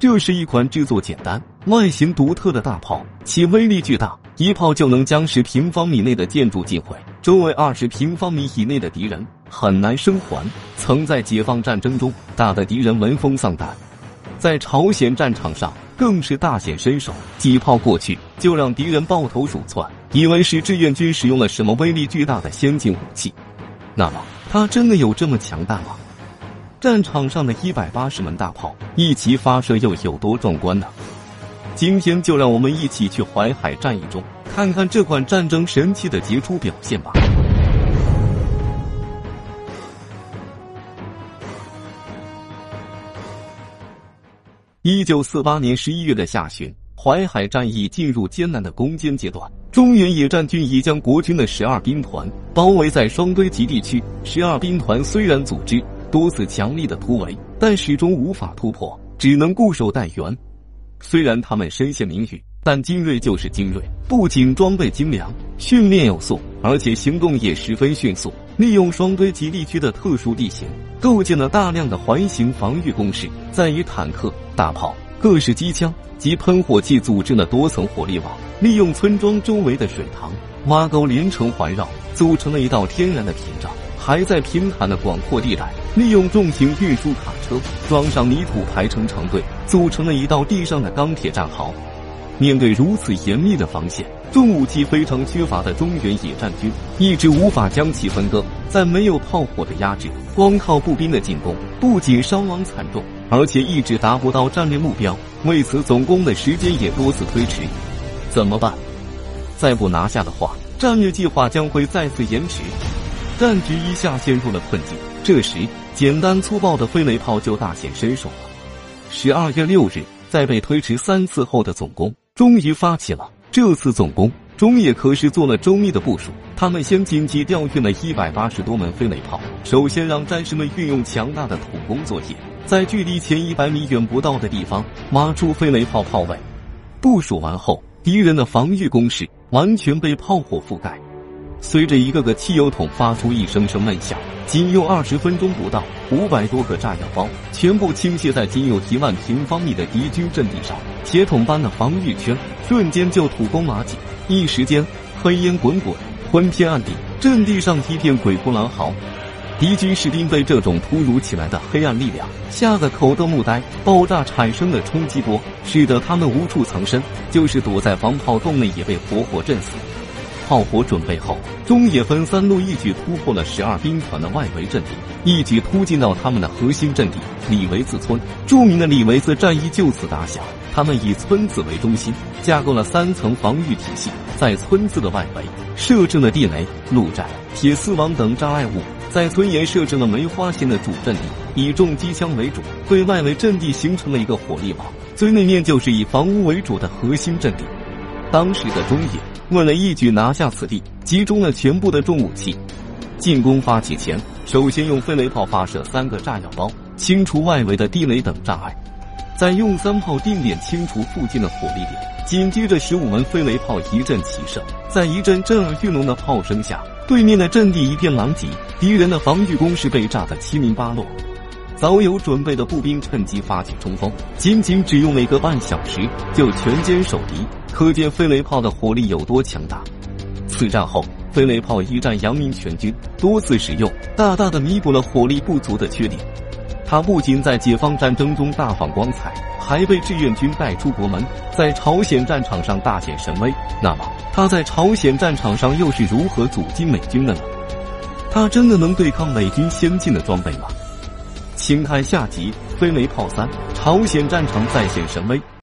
这是一款制作简单、外形独特的大炮，其威力巨大，一炮就能将10平方米内的建筑击毁，周围20平方米以内的敌人很难生还。曾在解放战争中打得敌人闻风丧胆，在朝鲜战场上更是大显身手，几炮过去就让敌人抱头鼠窜，以为是志愿军使用了什么威力巨大的先进武器。那么，它真的有这么强大吗？战场上的180门大炮一齐发射又有多壮观呢？今天就让我们一起去淮海战役中看看这款战争神器的杰出表现吧。1948年11月的下旬，淮海战役进入艰难的攻坚阶段，中原野战军已将国军的12兵团包围在双堆集地区。12兵团虽然组织多次强力的突围，但始终无法突破，只能固守待援。虽然他们身陷囹圄，但精锐就是精锐，不仅装备精良，训练有素，而且行动也十分迅速。利用双堆集地区的特殊地形，构建了大量的环形防御工事，再以坦克、大炮、各式机枪及喷火器组织了多层火力网，利用村庄周围的水塘、挖沟连成环绕，组成了一道天然的屏障。还在平坦的广阔地带，利用重型运输卡车装上泥土排成长队，组成了一道地上的钢铁战壕。面对如此严密的防线，重武器非常缺乏的中原野战军一直无法将其分割。在没有炮火的压制，光靠步兵的进攻，不仅伤亡惨重，而且一直达不到战略目标。为此，总攻的时间也多次推迟。怎么办？再不拿下的话，战略计划将会再次延迟。战局一下陷入了困境，这时简单粗暴的飞雷炮就大显身手了。12月6日，在被推迟3次后的总攻终于发起了。这次总攻，中野可是做了周密的部署。他们先紧急调运了180多门飞雷炮，首先让战士们运用强大的土攻作业，在距离前100米远不到的地方挖出飞雷炮炮位。部署完后，敌人的防御工事完全被炮火覆盖。随着一个个汽油桶发出一声声闷响，仅用20分钟不到，500多个炸药包全部倾泻在仅有1万平方米的敌军阵地上，铁桶般的防御圈瞬间就土崩瓦解，一时间黑烟滚滚，昏天暗地，阵地上一片鬼哭狼嚎。敌军士兵被这种突如其来的黑暗力量吓得口瞪目呆，爆炸产生的冲击波使得他们无处藏身，就是躲在防炮洞内也被活活震死。炮火准备后，中野分3路一举突破了12兵团的外围阵地，一举突进到他们的核心阵地李维子村。著名的李维子战役就此打响。他们以村子为中心，架构了3层防御体系，在村子的外围设置了地雷、路障、铁丝网等障碍物，在村沿设置了梅花形的主阵地，以重机枪为主，对外围阵地形成了一个火力网。最内面就是以房屋为主的核心阵地。当时的中野为了一举拿下此地，集中了全部的重武器。进攻发起前，首先用飞雷炮发射3个炸药包，清除外围的地雷等障碍，再用3炮定点清除附近的火力点，紧接着15门飞雷炮一阵齐射。在一阵震耳欲聋的炮声下，对面的阵地一片狼藉，敌人的防御工事被炸得七零八落。早有准备的步兵趁机发起冲锋，仅只用了1个半小时就全歼守敌，可见飞雷炮的火力有多强大。此战后，飞雷炮一战扬名全军，多次使用，大大的弥补了火力不足的缺点。它不仅在解放战争中大放光彩，还被志愿军带出国门，在朝鲜战场上大显神威。那么，它在朝鲜战场上又是如何阻击美军的呢？它真的能对抗美军先进的装备吗？请看下集《飞雷炮3：朝鲜战场再现神威》。